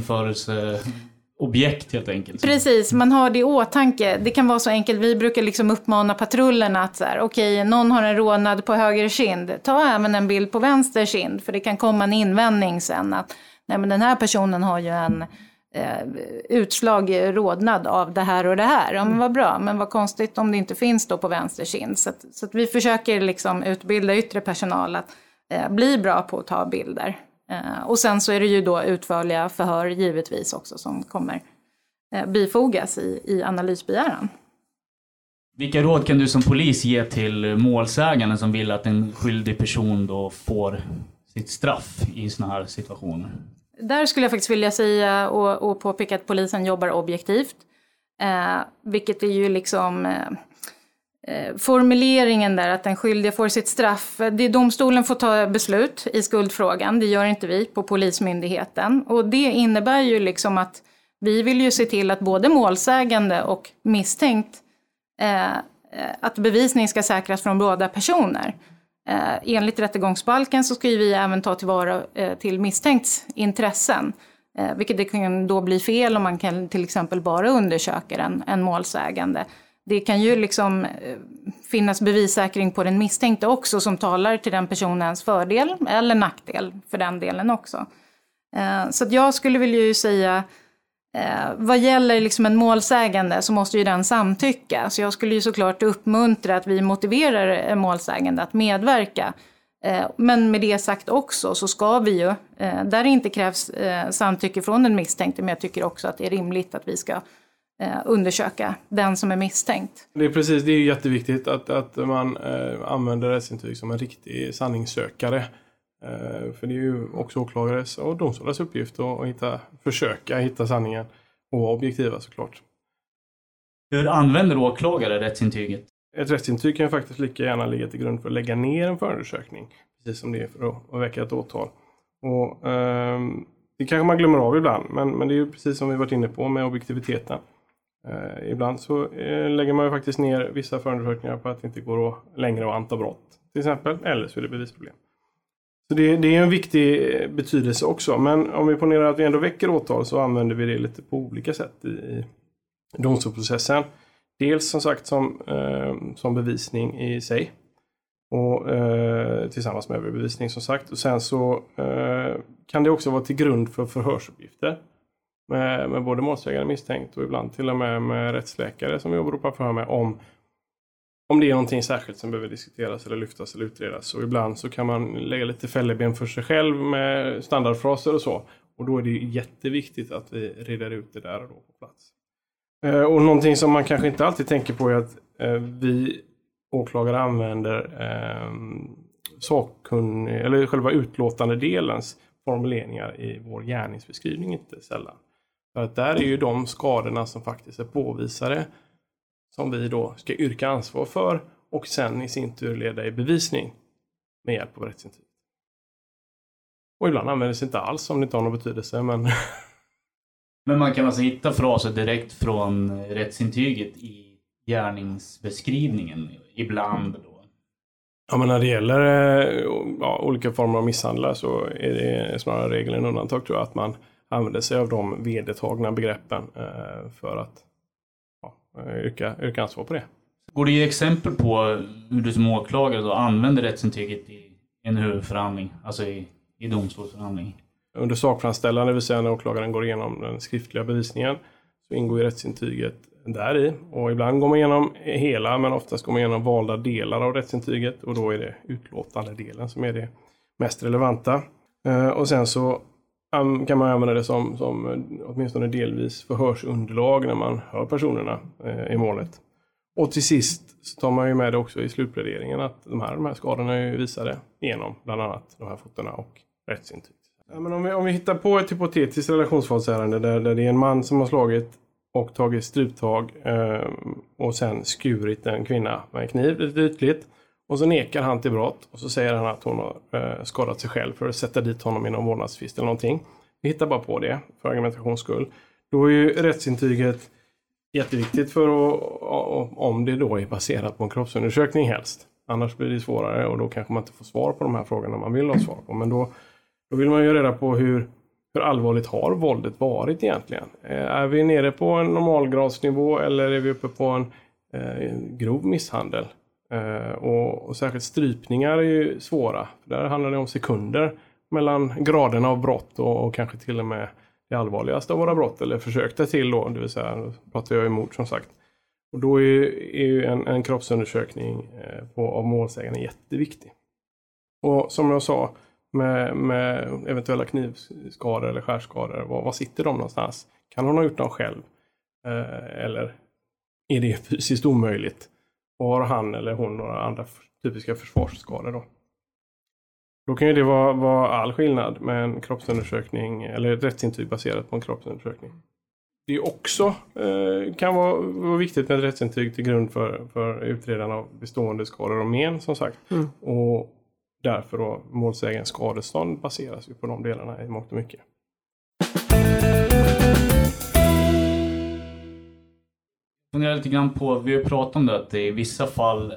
jämförelseobjekt helt enkelt. Precis, man har det i åtanke. Det kan vara så enkelt. Vi brukar liksom uppmana patrullerna att så här, okej, någon har en rånad på höger kind. Ta även en bild på vänster kind. För det kan komma en invändning sen att nej, men den här personen har ju en... Eh, utslag rådnad av det här och det här. Ja, men vad bra, men vad konstigt om det inte finns då på vänster kind. Så att, så att vi försöker liksom utbilda yttre personal att eh, bli bra på att ta bilder. Eh, och sen så är det ju då utförliga förhör givetvis också som kommer eh, bifogas i, i analysbegäran. Vilka råd kan du som polis ge till målsäganden som vill att en skyldig person då får sitt straff i såna här situationer? Där skulle jag faktiskt vilja säga och, och påpeka att polisen jobbar objektivt. Eh, vilket är ju liksom eh, formuleringen där att den skyldiga får sitt straff. Det är domstolen får ta beslut i skuldfrågan. Det gör inte vi på polismyndigheten. Och det innebär ju liksom att vi vill ju se till att både målsägande och misstänkt eh, att bevisning ska säkras från båda personer. Eh, enligt rättegångsbalken så ska vi även ta tillvara eh, till misstänkts intressen. Eh, vilket det kan då bli fel om man kan till exempel bara undersöka en, en målsägande. Det kan ju liksom eh, finnas bevissäkring på den misstänkte också som talar till den personens fördel eller nackdel för den delen också. Eh, så att jag skulle vilja ju säga Eh, vad gäller liksom en målsägande så måste ju den samtycka. Så jag skulle ju såklart uppmuntra att vi motiverar en målsägande att medverka. Eh, men med det sagt också så ska vi ju, eh, där det inte krävs eh, samtycke från den misstänkte, men jag tycker också att det är rimligt att vi ska eh, undersöka den som är misstänkt. Det är precis, det är ju jätteviktigt att, att man eh, använder rättsintyg som en riktig sanningssökare. För det är ju också åklagares och domstolars uppgift att hitta, försöka hitta sanningen och objektiva såklart. Hur använder åklagare rättsintyget? Ett rättsintyg kan ju faktiskt lika gärna ligga till grund för att lägga ner en förundersökning. Precis som det är för att, att väcka ett åtal. Och, eh, det kanske man glömmer av ibland, men, men det är ju precis som vi varit inne på med objektiviteten. Eh, ibland så eh, lägger man ju faktiskt ner vissa förundersökningar på att det inte går att längre att anta brott till exempel, eller så är det bevisproblem. Så det, det är en viktig betydelse också. Men om vi ponerar att vi ändå väcker åtal så använder vi det lite på olika sätt i, i domstolsprocessen. Dels som sagt som, eh, som bevisning i sig. Och eh, tillsammans med övrig bevisning som sagt. Och sen så eh, kan det också vara till grund för förhörsuppgifter. Med, med både målsägande misstänkt och ibland till och med med rättsläkare som vi åberopar förhör med om Om det är någonting särskilt som behöver diskuteras eller lyftas eller utredas. Och ibland så kan man lägga lite fälleben för sig själv med standardfraser och så. Och då är det jätteviktigt att vi reder ut det där och då på plats. Eh, och någonting som man kanske inte alltid tänker på är att eh, vi åklagare använder eh, sakkunn, eller själva utlåtande delens formuleringar i vår gärningsbeskrivning inte sällan. För att där är ju de skadorna som faktiskt är påvisade som vi då ska yrka ansvar för och sen i sin tur leda i bevisning med hjälp av rättsintyg. Och ibland används det inte alls om det inte har någon betydelse. Men, men man kan alltså hitta fraser direkt från rättsintyget i gärningsbeskrivningen ibland då? Ja, men när det gäller ja, olika former av misshandlar så är det snarare regel än undantag tror jag att man använder sig av de vedertagna begreppen eh, för att Yrka, yrka ansvar på det. Går det ge exempel på hur du som åklagare då använder rättsintyget i en huvudförhandling, alltså i, i domstolsförhandling? Under sakframställan, det vill säga när åklagaren går igenom den skriftliga bevisningen, så ingår ju rättsintyget där i. Och ibland går man igenom hela, men oftast går man igenom valda delar av rättsintyget och då är det utlåtande delen som är det mest relevanta. Och sen så kan man använda det som, som åtminstone delvis förhörsunderlag när man hör personerna eh, i målet. Och till sist så tar man ju med det också i slutpläderingen att de här, de här skadorna är ju visade genom bland annat de här fotona och rättsintyg. Ja, men om, vi, om vi hittar på ett hypotetiskt relationsvåldsärende där, där det är en man som har slagit och tagit stryptag eh, och sen skurit en kvinna med en kniv lite ytligt. Och så nekar han till brott och så säger han att hon har eh, skadat sig själv för att sätta dit honom i någon vårdnadstvist eller någonting. Vi hittar bara på det för argumentations skull. Då är ju rättsintyget jätteviktigt för att, om det då är baserat på en kroppsundersökning helst. Annars blir det svårare och då kanske man inte får svar på de här frågorna man vill ha svar på. Men då, då vill man ju reda på hur, hur allvarligt har våldet varit egentligen. Är vi nere på en normalgradsnivå eller är vi uppe på en eh, grov misshandel? Uh, och, och särskilt strypningar är ju svåra. För där handlar det om sekunder mellan graderna av brott och, och kanske till och med det allvarligaste av våra brott. Eller försökte till då, det vill säga, då pratar jag emot som sagt. Och då är ju, är ju en, en kroppsundersökning eh, på, av målsägaren jätteviktig. Och som jag sa, med, med eventuella knivskador eller skärskador, var, var sitter de någonstans? Kan hon ha gjort dem själv? Eh, eller är det fysiskt omöjligt? Och har han eller hon några andra typiska försvarsskador då? Då kan ju det vara, vara all skillnad med en kroppsundersökning eller ett rättsintyg baserat på en kroppsundersökning. Det är också eh, kan vara, vara viktigt med ett rättsintyg till grund för, för utredande av bestående skador och men som sagt. Mm. Och därför då målsägarens skadestånd baseras ju på de delarna i mångt och mycket. Jag funderar lite grann på, vi har pratat om det, att det i vissa fall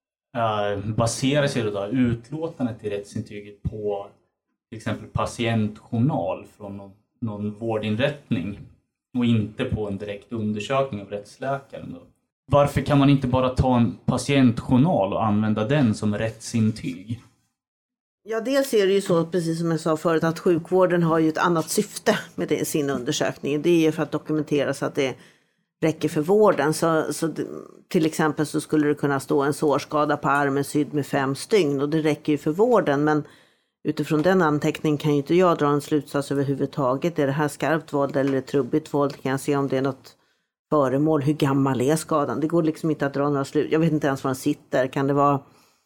äh, baserar sig då utlåtandet till rättsintyget på till exempel patientjournal från någon, någon vårdinrättning och inte på en direkt undersökning av rättsläkaren. Då. Varför kan man inte bara ta en patientjournal och använda den som rättsintyg? Ja, dels är det ju så, precis som jag sa förut, att sjukvården har ju ett annat syfte med det, sin undersökning. Det är ju för att dokumentera så att det räcker för vården. Så, så till exempel så skulle det kunna stå en sårskada på armen sydd med fem stygn och det räcker ju för vården. Men utifrån den anteckningen kan ju inte jag dra en slutsats överhuvudtaget. Är det här skarpt våld eller trubbigt våld? Kan jag se om det är något föremål? Hur gammal är skadan? Det går liksom inte att dra några slut. Jag vet inte ens var den sitter. Kan det vara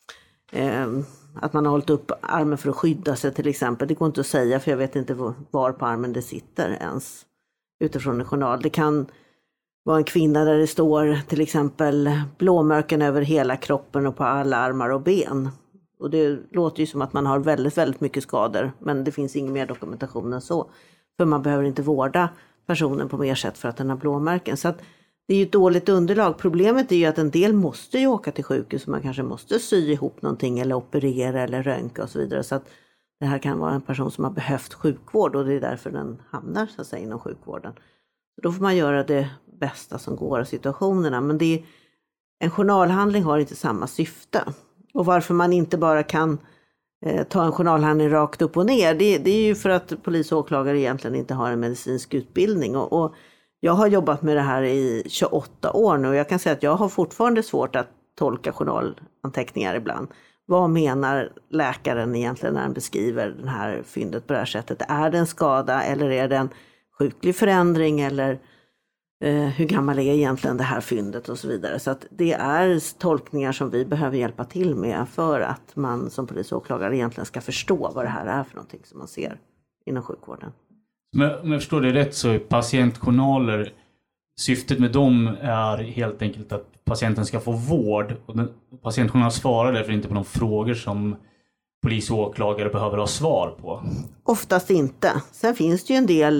eh, att man har hållit upp armen för att skydda sig till exempel? Det går inte att säga för jag vet inte var på armen det sitter ens utifrån en journal. Det kan var en kvinna där det står till exempel blåmärken över hela kroppen och på alla armar och ben. Och det låter ju som att man har väldigt, väldigt mycket skador. Men det finns ingen mer dokumentation än så. För man behöver inte vårda personen på mer sätt för att den har blåmärken. Så att det är ju ett dåligt underlag. Problemet är ju att en del måste ju åka till sjukhus. Man kanske måste sy ihop någonting eller operera eller röntga och så vidare. Så att det här kan vara en person som har behövt sjukvård. Och det är därför den hamnar så att säga inom sjukvården. Så då får man göra det bästa som går av situationerna. Men det är, en journalhandling har inte samma syfte. Och varför man inte bara kan eh, ta en journalhandling rakt upp och ner. Det, det är ju för att polis och åklagare egentligen inte har en medicinsk utbildning. Och, och jag har jobbat med det här i tjugoåtta år nu. Och jag kan säga att jag har fortfarande svårt att tolka journalanteckningar ibland. Vad menar läkaren egentligen när han beskriver den här fyndet på det här sättet? Är det en skada eller är det en sjuklig förändring eller eh, hur gammal är egentligen det här fyndet och så vidare. Så att det är tolkningar som vi behöver hjälpa till med för att man som polis och åklagare egentligen ska förstå vad det här är för någonting som man ser inom sjukvården. Men om jag förstår det rätt så är patientjournaler, syftet med dem är helt enkelt att patienten ska få vård och den, patientjournalen svarar därför inte på de frågor som polis och åklagare behöver ha svar på. Oftast inte. Sen finns det ju en del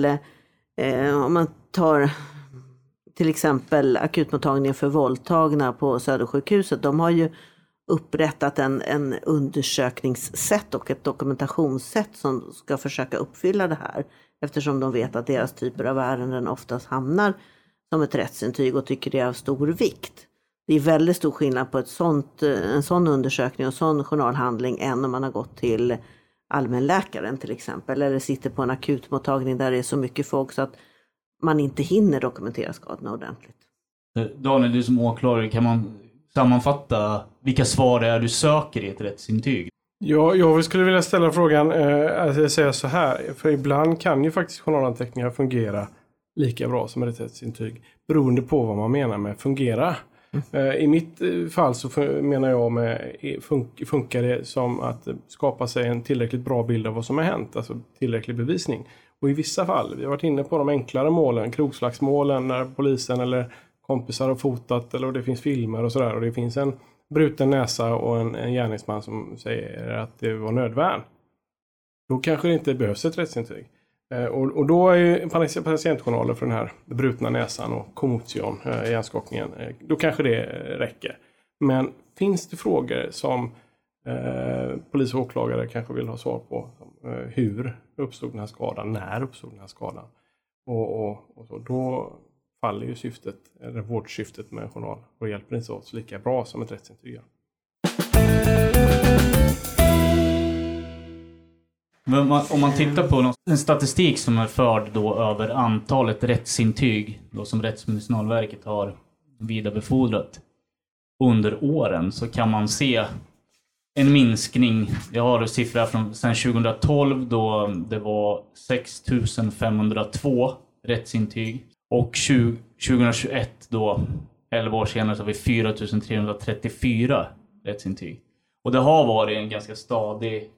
eh, om man tar till exempel akutmottagningen för våldtagna på Södersjukhuset. De har ju upprättat en, en undersökningssätt och ett dokumentationssätt som ska försöka uppfylla det här. Eftersom de vet att deras typer av ärenden oftast hamnar som ett rättsintyg och tycker det är av stor vikt. Det är väldigt stor skillnad på ett sånt, en sån undersökning och sån journalhandling än om man har gått till allmänläkaren till exempel. Eller sitter på en akutmottagning där det är så mycket folk så att man inte hinner dokumentera skadorna ordentligt. Daniel, du som åklagare, kan man sammanfatta vilka svar det är du söker i ett rättsintyg? Ja, jag skulle vilja ställa frågan, eh, att säga så här, för ibland kan ju faktiskt journalanteckningar fungera lika bra som ett rättsintyg, beroende på vad man menar med fungera. Mm. I mitt fall så menar jag med fun- funkar det som att skapa sig en tillräckligt bra bild av vad som har hänt, alltså tillräcklig bevisning. Och i vissa fall, vi har varit inne på de enklare målen, krogslagsmålen när polisen eller kompisar har fotat eller det finns filmer och sådär och det finns en bruten näsa och en, en gärningsman som säger att det var nödvärn. Då kanske det inte behövs ett rättsintyg. Eh, och, och då är ju patientjournaler för den här brutna näsan och kommotion, eh, hjärnskakningen, eh, då kanske det eh, räcker. Men finns det frågor som eh, polis och åklagare kanske vill ha svar på? Som, eh, hur uppstod den här skadan? När uppstod den här skadan? Och, och, och så, då faller ju syftet, eller vårdsyftet med journal och hjälper inte oss lika bra som ett rättsintyg. Om man tittar på en statistik som är förd då över antalet rättsintyg då som Rättsmedicinalverket har vidarebefordrat under åren, så kan man se en minskning. Jag har siffror från sedan tjugohundratolv då det var sex tusen femhundratvå rättsintyg. Och tjugohundratjugoett då, elva år senare, så har vi fyra tusen trehundratrettiofyra rättsintyg. Och det har varit en ganska stadig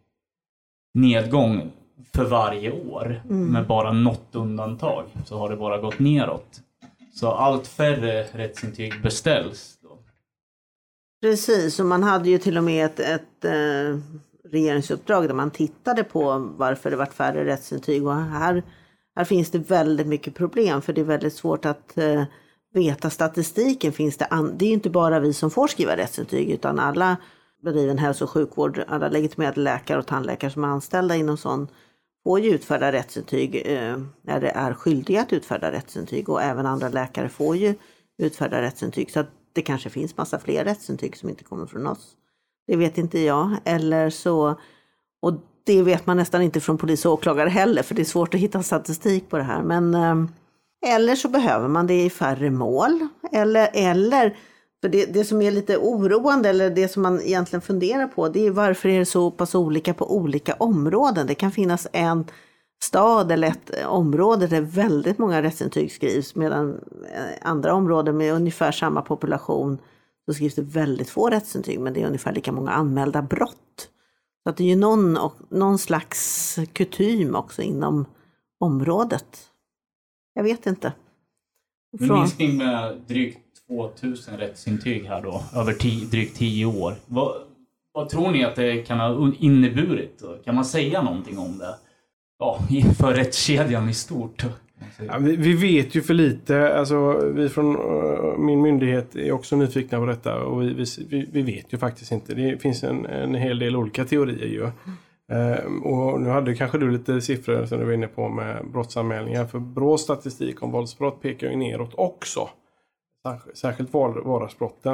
nedgång för varje år. Mm. Med bara något undantag så har det bara gått neråt. Så allt färre rättsintyg beställs då. Precis, och man hade ju till och med ett, ett eh, regeringsuppdrag där man tittade på varför det varit färre rättsintyg. Och här, här finns det väldigt mycket problem, för det är väldigt svårt att eh, veta statistiken. Finns det, an- det är ju inte bara vi som får skriva rättsintyg, utan alla bedriven hälso- och sjukvård, alla legitimerade läkare och tandläkare som är anställda inom sån får ju utfärda rättsintyg eh, när det är skyldiga att utfärda rättsintyg, och även andra läkare får ju utfärda rättsintyg, så att det kanske finns massa fler rättsintyg som inte kommer från oss. Det vet inte jag, eller så, och det vet man nästan inte från polis och åklagare heller, för det är svårt att hitta statistik på det här, men eh, eller så behöver man det i färre mål, eller, eller för det, det som är lite oroande, eller det som man egentligen funderar på, det är varför är det så pass olika på olika områden. Det kan finnas en stad eller ett område där väldigt många rättsintyg skrivs, medan andra områden med ungefär samma population så skrivs det väldigt få rättsintyg, men det är ungefär lika många anmälda brott. Så att det är ju någon, någon slags kutym också inom området. Jag vet inte. En minskning med drygt tvåtusen rättsintyg här då, över tio, drygt tio år. Vad, vad tror ni att det kan ha inneburit? Kan man säga någonting om det? Ja, för rättskedjan i stort. Ja, vi, vi vet ju för lite. Alltså, vi från uh, min myndighet är också nyfikna på detta, och vi, vi, vi vet ju faktiskt inte. Det finns en, en hel del olika teorier ju. Uh, och nu hade kanske du lite siffror som du var inne på med brottsanmälningar. För Brå statistik om våldsbrott pekar ju neråt också. Särskilt, särskilt vardagsbrotten.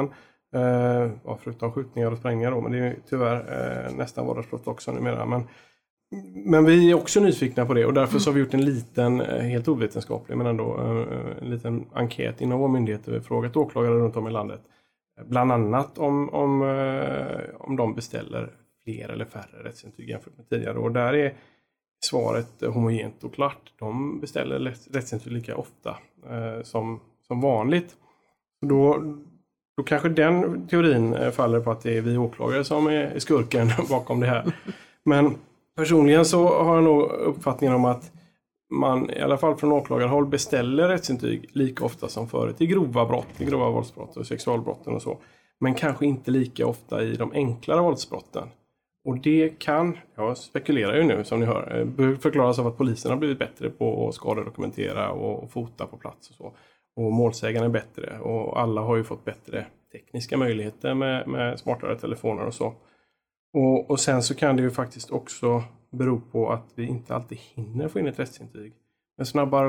Uh, förutom skjutningar och sprängningar då, men det är ju tyvärr uh, nästan vardagsbrott också numera. Men Men vi är också nyfikna på det, och därför så har vi gjort en liten, helt ovetenskaplig men ändå en liten enkät inom vår myndighet. Vi har frågat åklagare runt om i landet, bland annat om, om, om de beställer fler eller färre rättsintyg jämfört med tidigare. Och där är svaret homogent och klart. De beställer rättsintyg lika ofta eh, som, som vanligt. Då, då kanske den teorin faller på att det är vi åklagare som är skurken bakom det här. Men personligen så har jag nog uppfattningen om att man i alla fall från åklagarhåll beställer rättsintyg lika ofta som förut i grova brott, i grova våldsbrott och sexualbrotten och så. Men kanske inte lika ofta i de enklare våldsbrotten. Och det kan, jag spekulerar ju nu som ni hör, förklaras av att polisen har blivit bättre på att skadedokumentera och fota på plats och så. Och målsägarna är bättre, och alla har ju fått bättre tekniska möjligheter med, med smartare telefoner och så. Och, och sen så kan det ju faktiskt också bero på att vi inte alltid hinner få in ett rättsintyg. Med snabbare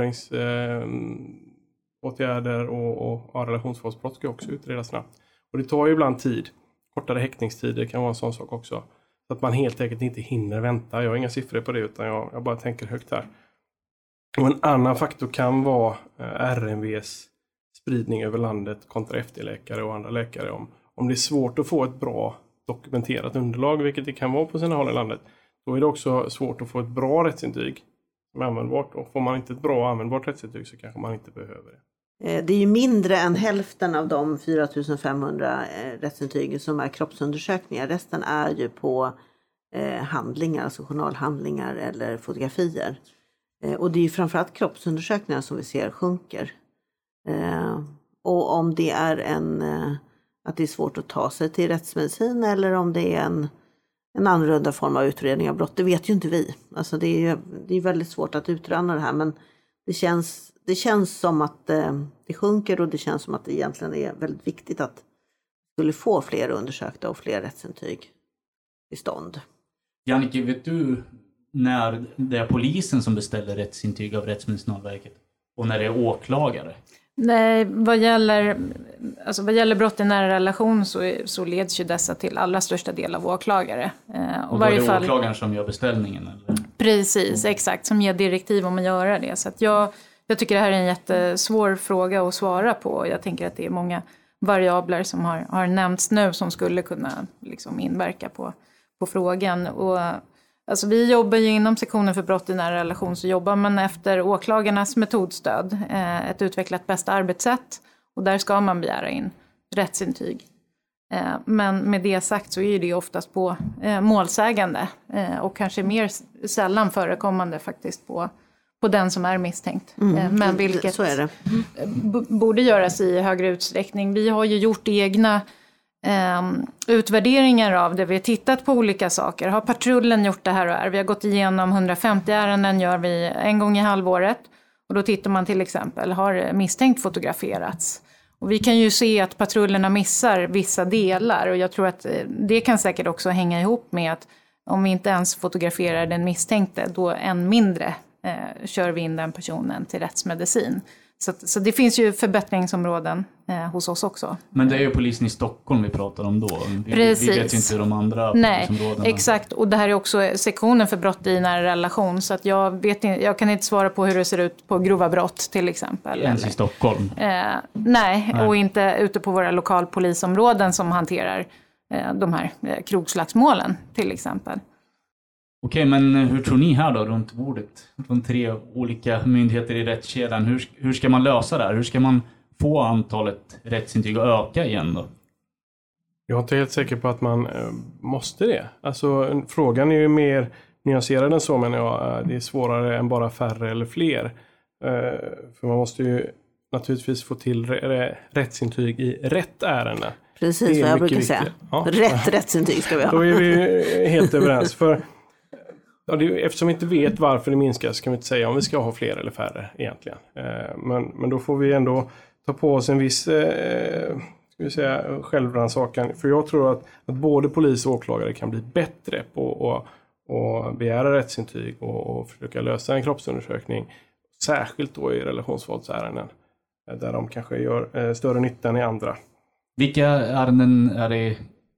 lagföringsåtgärder eh, och, och ja, relationsvåldsbrott ska också utredas snabbt. Och det tar ju ibland tid. Kortare häktningstider kan vara en sån sak också. Så att man helt enkelt inte hinner vänta. Jag har inga siffror på det, utan jag, jag bara tänker högt här. Och en annan faktor kan vara eh, R M V:s spridning över landet kontra F D-läkare och andra läkare. Om, om det är svårt att få ett bra dokumenterat underlag, vilket det kan vara på sina håll i landet, då är det också svårt att få ett bra rättsintyg som är användbart. Och får man inte ett bra användbart rättsintyg så kanske man inte behöver det. Det är ju mindre än hälften av de fyra tusen femhundra rättsintyg som är kroppsundersökningar. Resten är ju på eh, handlingar, alltså journalhandlingar eller fotografier. Eh, och det är ju framförallt kroppsundersökningar som vi ser sjunker. Eh, och om det är en, eh, att det är svårt att ta sig till rättsmedicin eller om det är en, en annorlunda form av utredning av brott, det vet ju inte vi. Alltså det är ju det är väldigt svårt att utröna det här, men det känns Det känns som att eh, det sjunker och det känns som att det egentligen är väldigt viktigt att vi skulle få fler undersökta och fler rättsintyg i stånd. Jannike, vet du när det är polisen som beställer rättsintyg av Rättsmedicinalverket och när det är åklagare? Nej, vad gäller, alltså vad gäller brott i nära relation så, så leds ju dessa till allra största del av åklagare. Eh, och, och då är det fall, åklagaren som gör beställningen? Eller? Precis, exakt, som ger direktiv om att göra det. Så att jag... Jag tycker det här är en jättesvår fråga att svara på. Jag tänker att det är många variabler som har, har nämnts nu som skulle kunna liksom inverka på, på frågan. Och, alltså, vi jobbar ju inom sektionen för brott i nära relation, så jobbar man efter åklagarnas metodstöd, eh, ett utvecklat bästa arbetssätt. Och där ska man begära in rättsintyg. Eh, men med det sagt så är det oftast på eh, målsägande eh, och kanske mer sällan förekommande faktiskt på på den som är misstänkt. Mm, men vilket så är det. b- borde göras i högre utsträckning. Vi har ju gjort egna eh, utvärderingar av det. Vi har tittat på olika saker. Har patrullen gjort det här och här? Vi har gått igenom hundrafemtio ärenden, gör vi en gång i halvåret. Och då tittar man till exempel, har misstänkt fotograferats? Och vi kan ju se att patrullerna missar vissa delar. Och jag tror att det kan säkert också hänga ihop med att om vi inte ens fotograferar den misstänkte, då än mindre Eh, kör vi in den personen till rättsmedicin. Så, så det finns ju förbättringsområden eh, hos oss också. Men det är ju polisen i Stockholm vi pratar om då. Vi, Precis. vi vet ju inte hur de andra Nej, polisområdena. Exakt. Och det här är också sektionen för brott i nära relation. Så att jag, vet inte, jag kan inte svara på hur det ser ut på grova brott till exempel. Ens i Stockholm? Eh, nej, nej, och inte ute på våra lokalpolisområden som hanterar eh, de här eh, krogslagsmålen till exempel. Okej, men hur tror ni här då runt bordet? Från tre olika myndigheter i rättskedjan. Hur, hur ska man lösa det här? Hur ska man få antalet rättsintyg att öka igen då? Jag är inte helt säker på att man eh, måste det. Alltså frågan är ju mer nyanserad än så, men jag, det är svårare än bara färre eller fler. Eh, för man måste ju naturligtvis få till re- rättsintyg i rätt ärende. Precis vad jag brukar viktigt. säga. Ja. Rätt rättsintyg ska vi ha. Då är vi helt överens. För ja, det, eftersom vi inte vet varför det minskar så kan vi inte säga om vi ska ha fler eller färre egentligen. Eh, men, men då får vi ändå ta på oss en viss eh, ska vi säga, självrannsakan. För jag tror att, att både polis och åklagare kan bli bättre på att och begära rättsintyg och, och försöka lösa en kroppsundersökning. Särskilt då i relationsvåldsärenden. Där de kanske gör eh, större nytta än i andra. Vilka ärenden är det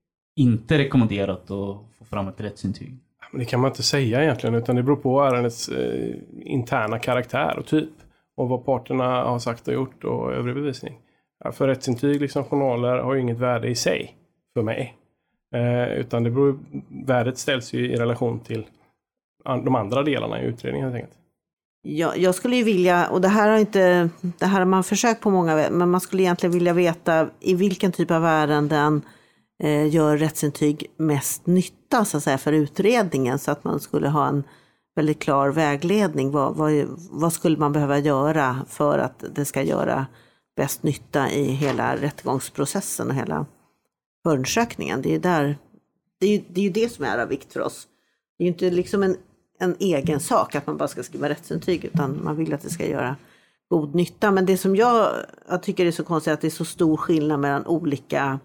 inte rekommenderat att få fram ett rättsintyg? Men det kan man inte säga egentligen, utan det beror på ärendets eh, interna karaktär och typ. Och vad parterna har sagt och gjort och övrig bevisning. Ja, för rättsintyg, liksom journaler, har ju inget värde i sig för mig. Eh, utan det beror, värdet ställs ju i relation till an, de andra delarna i utredningen helt enkelt. Ja, jag skulle ju vilja, och det här har inte, det här har man försökt på många, men man skulle egentligen vilja veta i vilken typ av ärenden eh, gör rättsintyg mest nytta så att säga, för utredningen, så att man skulle ha en väldigt klar vägledning. Vad, vad, vad skulle man behöva göra för att det ska göra bäst nytta i hela rättegångsprocessen och hela förundersökningen? Det är, där, det, är ju, det är ju det som är av vikt för oss. Det är ju inte liksom en en egen sak att man bara ska skriva rättsintyg, utan man vill att det ska göra god nytta. Men det som jag, jag tycker är så konstigt är att det är så stor skillnad mellan olika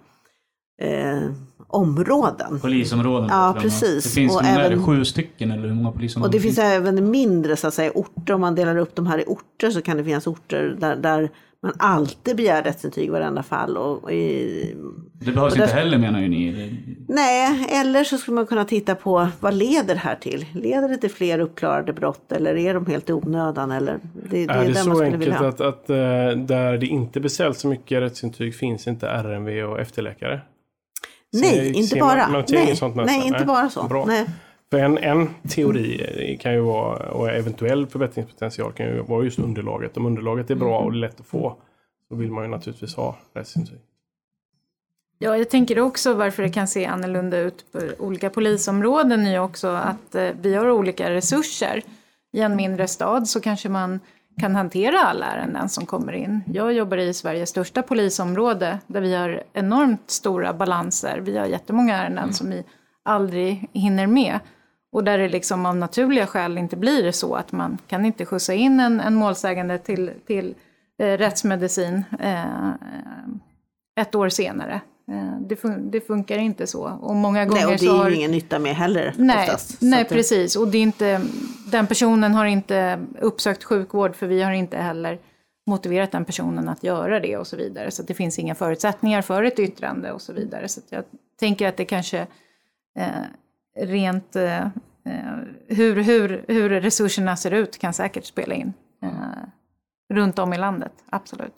eh, områden. Polisområden. Ja, precis. Det finns och många, även, sju stycken eller hur många polisområden? Och det finns, finns även mindre så att säga orter. Om man delar upp de här i orter så kan det finnas orter där, där man alltid begär rättsintyg i varenda fall. Och, och i, det behövs och där, inte heller, menar ju ni? Nej, eller så skulle man kunna titta på vad leder det här till? Leder det till fler uppklarade brott eller är de helt onödan? Eller, det, det är, är det så enkelt att, att, att där det inte beställs så mycket rättsintyg finns inte R M V och efterläkare? Nej, inte bara. Man, man nej, sånt nej, inte bara så. Bra. Nej. För en, en teori kan ju vara, och eventuell förbättringspotential kan ju vara just underlaget. Om underlaget är bra och det är lätt att få, så vill man ju naturligtvis ha rättsintyg. Ja, jag tänker också varför det kan se annorlunda ut på olika polisområden är ju också att eh, vi har olika resurser. I en mindre stad så kanske man kan hantera alla ärenden som kommer in. Jag jobbar i Sveriges största polisområde där vi har enormt stora balanser. Vi har jättemånga ärenden mm. som vi aldrig hinner med. Och där det liksom av naturliga skäl inte blir så att man kan inte skjutsa in en, en målsägande till, till eh, rättsmedicin eh, ett år senare. Det, fun- det funkar inte så. Och många gånger nej, och det är så har... ju ingen nytta med heller. Nej, oftast, nej att... precis. Och det är inte, den personen har inte uppsökt sjukvård för vi har inte heller motiverat den personen att göra det och så vidare. Så att det finns inga förutsättningar för ett yttrande och så vidare. Så att jag tänker att det kanske eh, rent eh, hur, hur, hur resurserna ser ut kan säkert spela in eh, runt om i landet. Absolut.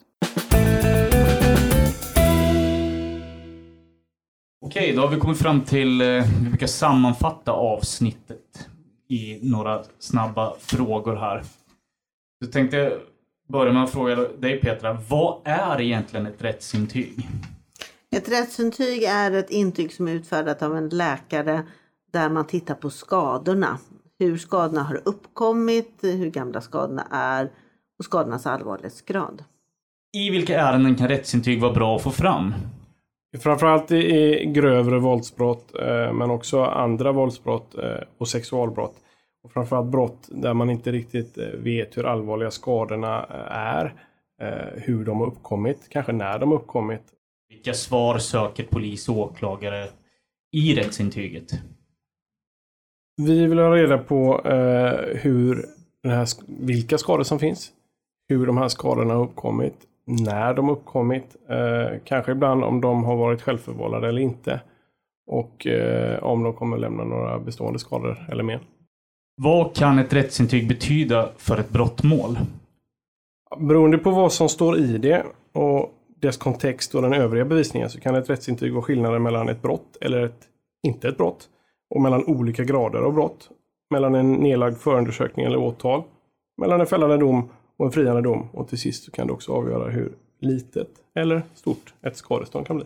Okej, då har vi kommit fram till, vi brukar sammanfatta avsnittet i några snabba frågor här. Så tänkte jag börja med att fråga dig Petra, vad är egentligen ett rättsintyg? Ett rättsintyg är ett intyg som är utfärdat av en läkare där man tittar på skadorna. Hur skadorna har uppkommit, hur gamla skadorna är och skadornas allvarlighetsgrad. I vilka ärenden kan rättsintyg vara bra att få fram? Framförallt i grövre våldsbrott men också andra våldsbrott och sexualbrott. Och framförallt brott där man inte riktigt vet hur allvarliga skadorna är, hur de har uppkommit, kanske när de har uppkommit. Vilka svar söker polis och åklagare i rättsintyget? Vi vill ha reda på hur den här, vilka skador som finns, hur de här skadorna har uppkommit, när de uppkommit, eh, kanske ibland om de har varit självförvållade eller inte och eh, om de kommer lämna några bestående skador eller mer. Vad kan ett rättsintyg betyda för ett brottmål? Beroende på vad som står i det och dess kontext och den övriga bevisningen så kan ett rättsintyg vara skillnaden mellan ett brott eller ett, inte ett brott och mellan olika grader av brott, mellan en nedlagd förundersökning eller åtal, mellan en fällande dom och en friande dom, och till sist så kan det också avgöra hur litet eller stort ett skadestånd kan bli.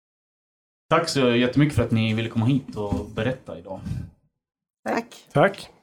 Tack så jättemycket för att ni ville komma hit och berätta idag. Tack. Tack.